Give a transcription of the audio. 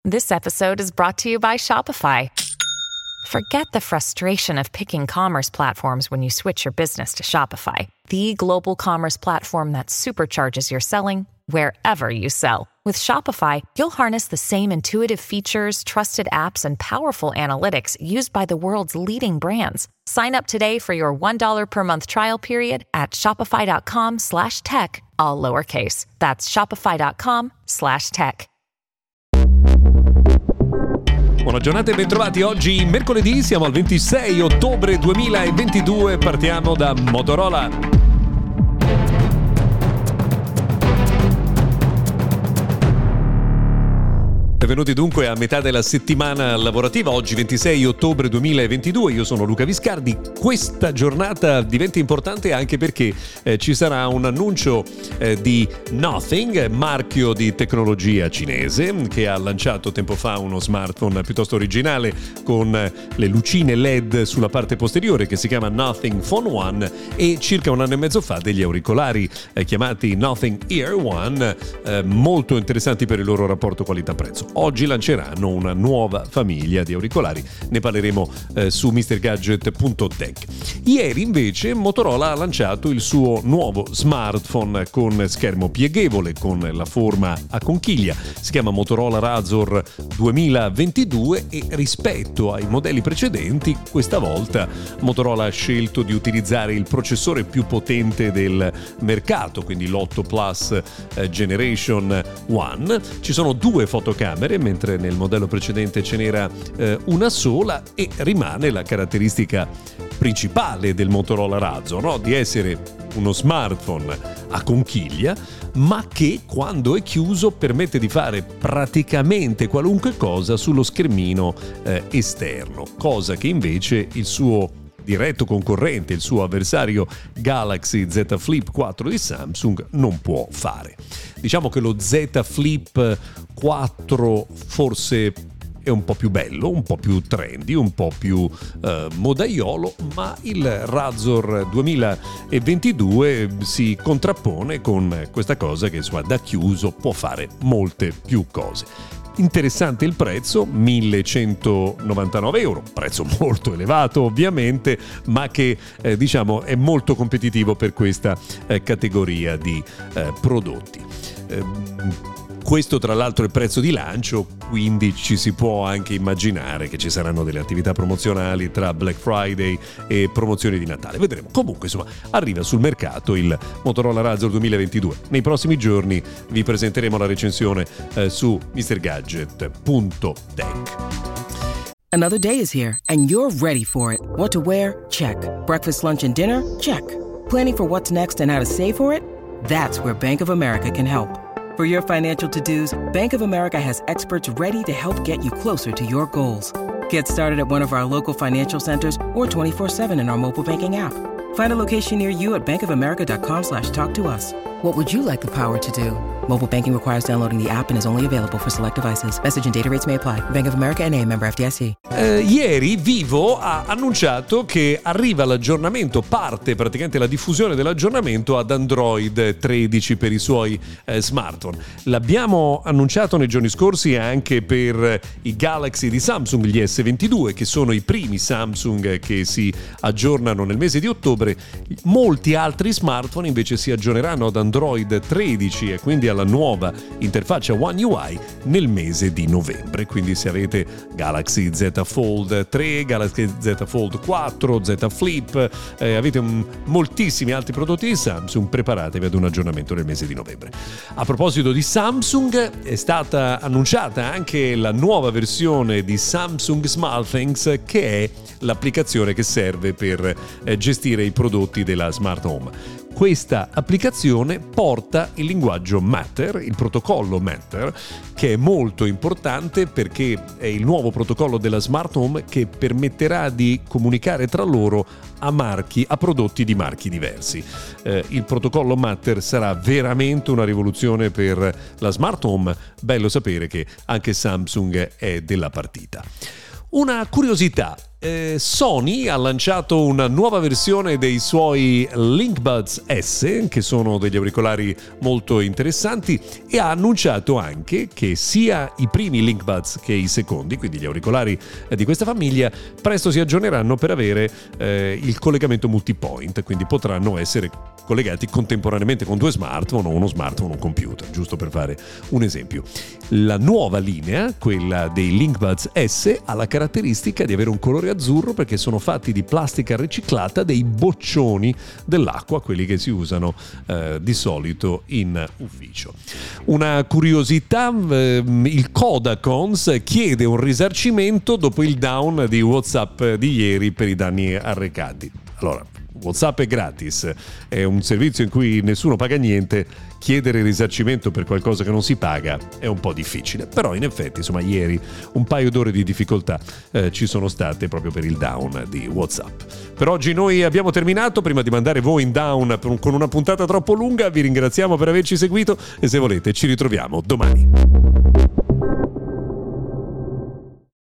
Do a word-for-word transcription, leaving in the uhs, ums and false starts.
This episode is brought to you by Shopify. Forget the frustration of picking commerce platforms when you switch your business to Shopify, the global commerce platform that supercharges your selling wherever you sell. With Shopify, you'll harness the same intuitive features, trusted apps, and powerful analytics used by the world's leading brands. Sign up today for your one dollar per month trial period at shopify.com slash tech, all lowercase. That's shopify.com slash tech. Buona giornata e bentrovati. Oggi mercoledì, siamo al ventisei ottobre duemilaventidue, partiamo da Motorola. Benvenuti dunque a metà della settimana lavorativa, oggi ventisei ottobre duemilaventidue, io sono Luca Viscardi. Questa giornata diventa importante anche perché eh, ci sarà un annuncio eh, di Nothing, marchio di tecnologia cinese, che ha lanciato tempo fa uno smartphone piuttosto originale con le lucine L E D sulla parte posteriore che si chiama Nothing Phone One, e circa un anno e mezzo fa degli auricolari eh, chiamati Nothing Ear One, eh, molto interessanti per il loro rapporto qualità-prezzo. Oggi lanceranno una nuova famiglia di auricolari, ne parleremo eh, su mister gadget punto tech. Ieri invece Motorola ha lanciato il suo nuovo smartphone con schermo pieghevole, con la forma a conchiglia, si chiama Motorola Razr duemilaventidue e rispetto ai modelli precedenti questa volta Motorola ha scelto di utilizzare il processore più potente del mercato, quindi l'otto Plus eh, Generation uno. Ci sono due fotocamere mentre nel modello precedente ce n'era eh, una sola, e rimane la caratteristica principale del Motorola Razr, no? Di essere uno smartphone a conchiglia ma che quando è chiuso permette di fare praticamente qualunque cosa sullo schermino eh, esterno, cosa che invece il suo diretto concorrente, il suo avversario Galaxy Z Flip quattro di Samsung, non può fare. Diciamo che lo Z Flip quattro forse è un po' più bello, un po' più trendy, un po' più eh, modaiolo, ma il Razr duemilaventidue si contrappone con questa cosa che insomma, da chiuso può fare molte più cose. Interessante il prezzo, millecentonovantanove euro, prezzo molto elevato ovviamente, ma che eh, diciamo è molto competitivo per questa eh, categoria di eh, prodotti. Eh, Questo tra l'altro è il prezzo di lancio, quindi ci si può anche immaginare che ci saranno delle attività promozionali tra Black Friday e promozioni di Natale. Vedremo. Comunque insomma arriva sul mercato il Motorola Razr duemilaventidue. Nei prossimi giorni vi presenteremo la recensione eh, su mister gadget punto tech. Another day is here and you're ready for it. What to wear? Check. Breakfast, lunch and dinner? Check. Planning for what's next and how to save for it? That's where Bank of America can help. For your financial to-dos, Bank of America has experts ready to help get you closer to your goals. Get started at one of our local financial centers or twenty-four seven in our mobile banking app. Find a location near you at bankofamerica.com slash talk to us. What would you like the power to do? Mobile banking requires downloading the app and is only available for select devices. Message and data rates may apply. Bank of America N A, member F D I C. Eh, ieri Vivo ha annunciato che arriva l'aggiornamento, parte praticamente la diffusione dell'aggiornamento ad Android tredici per i suoi eh, smartphone. L'abbiamo annunciato nei giorni scorsi anche per i Galaxy di Samsung, gli S ventidue, che sono i primi Samsung che si aggiornano nel mese di ottobre. Molti altri smartphone invece si aggiorneranno ad Android tredici e quindi alla nuova interfaccia One U I nel mese di novembre. Quindi se avete Galaxy Z Fold tre, Galaxy Z Fold quattro, Z Flip, eh, avete un, moltissimi altri prodotti di Samsung, preparatevi ad un aggiornamento nel mese di novembre. A proposito di Samsung, è stata annunciata anche la nuova versione di Samsung SmartThings, che è l'applicazione che serve per eh, gestire i prodotti della smart home. Questa applicazione porta il linguaggio Matter, il protocollo Matter, che è molto importante perché è il nuovo protocollo della smart home che permetterà di comunicare tra loro a marchi, a prodotti di marchi diversi. Eh, il protocollo Matter sarà veramente una rivoluzione per la smart home. Bello sapere che anche Samsung è della partita. Una curiosità: Eh, Sony ha lanciato una nuova versione dei suoi LinkBuds S, che sono degli auricolari molto interessanti, e ha annunciato anche che sia i primi LinkBuds che i secondi, quindi gli auricolari eh, di questa famiglia, presto si aggiorneranno per avere eh, il collegamento multipoint, quindi potranno essere collegati contemporaneamente con due smartphone o uno smartphone o un computer, giusto per fare un esempio. La nuova linea, quella dei LinkBuds S, ha la caratteristica di avere un colore azzurro perché sono fatti di plastica riciclata dei boccioni dell'acqua, quelli che si usano eh, di solito in ufficio. Una curiosità, eh, il Kodakons chiede un risarcimento dopo il down di WhatsApp di ieri per i danni arrecati. Allora, WhatsApp è gratis, è un servizio in cui nessuno paga niente. Chiedere risarcimento per qualcosa che non si paga è un po' difficile, però in effetti, insomma, ieri un paio d'ore di difficoltà eh, ci sono state proprio per il down di WhatsApp. Per oggi noi abbiamo terminato. Prima di mandare voi in down con una puntata troppo lunga, vi ringraziamo per averci seguito e se volete ci ritroviamo domani.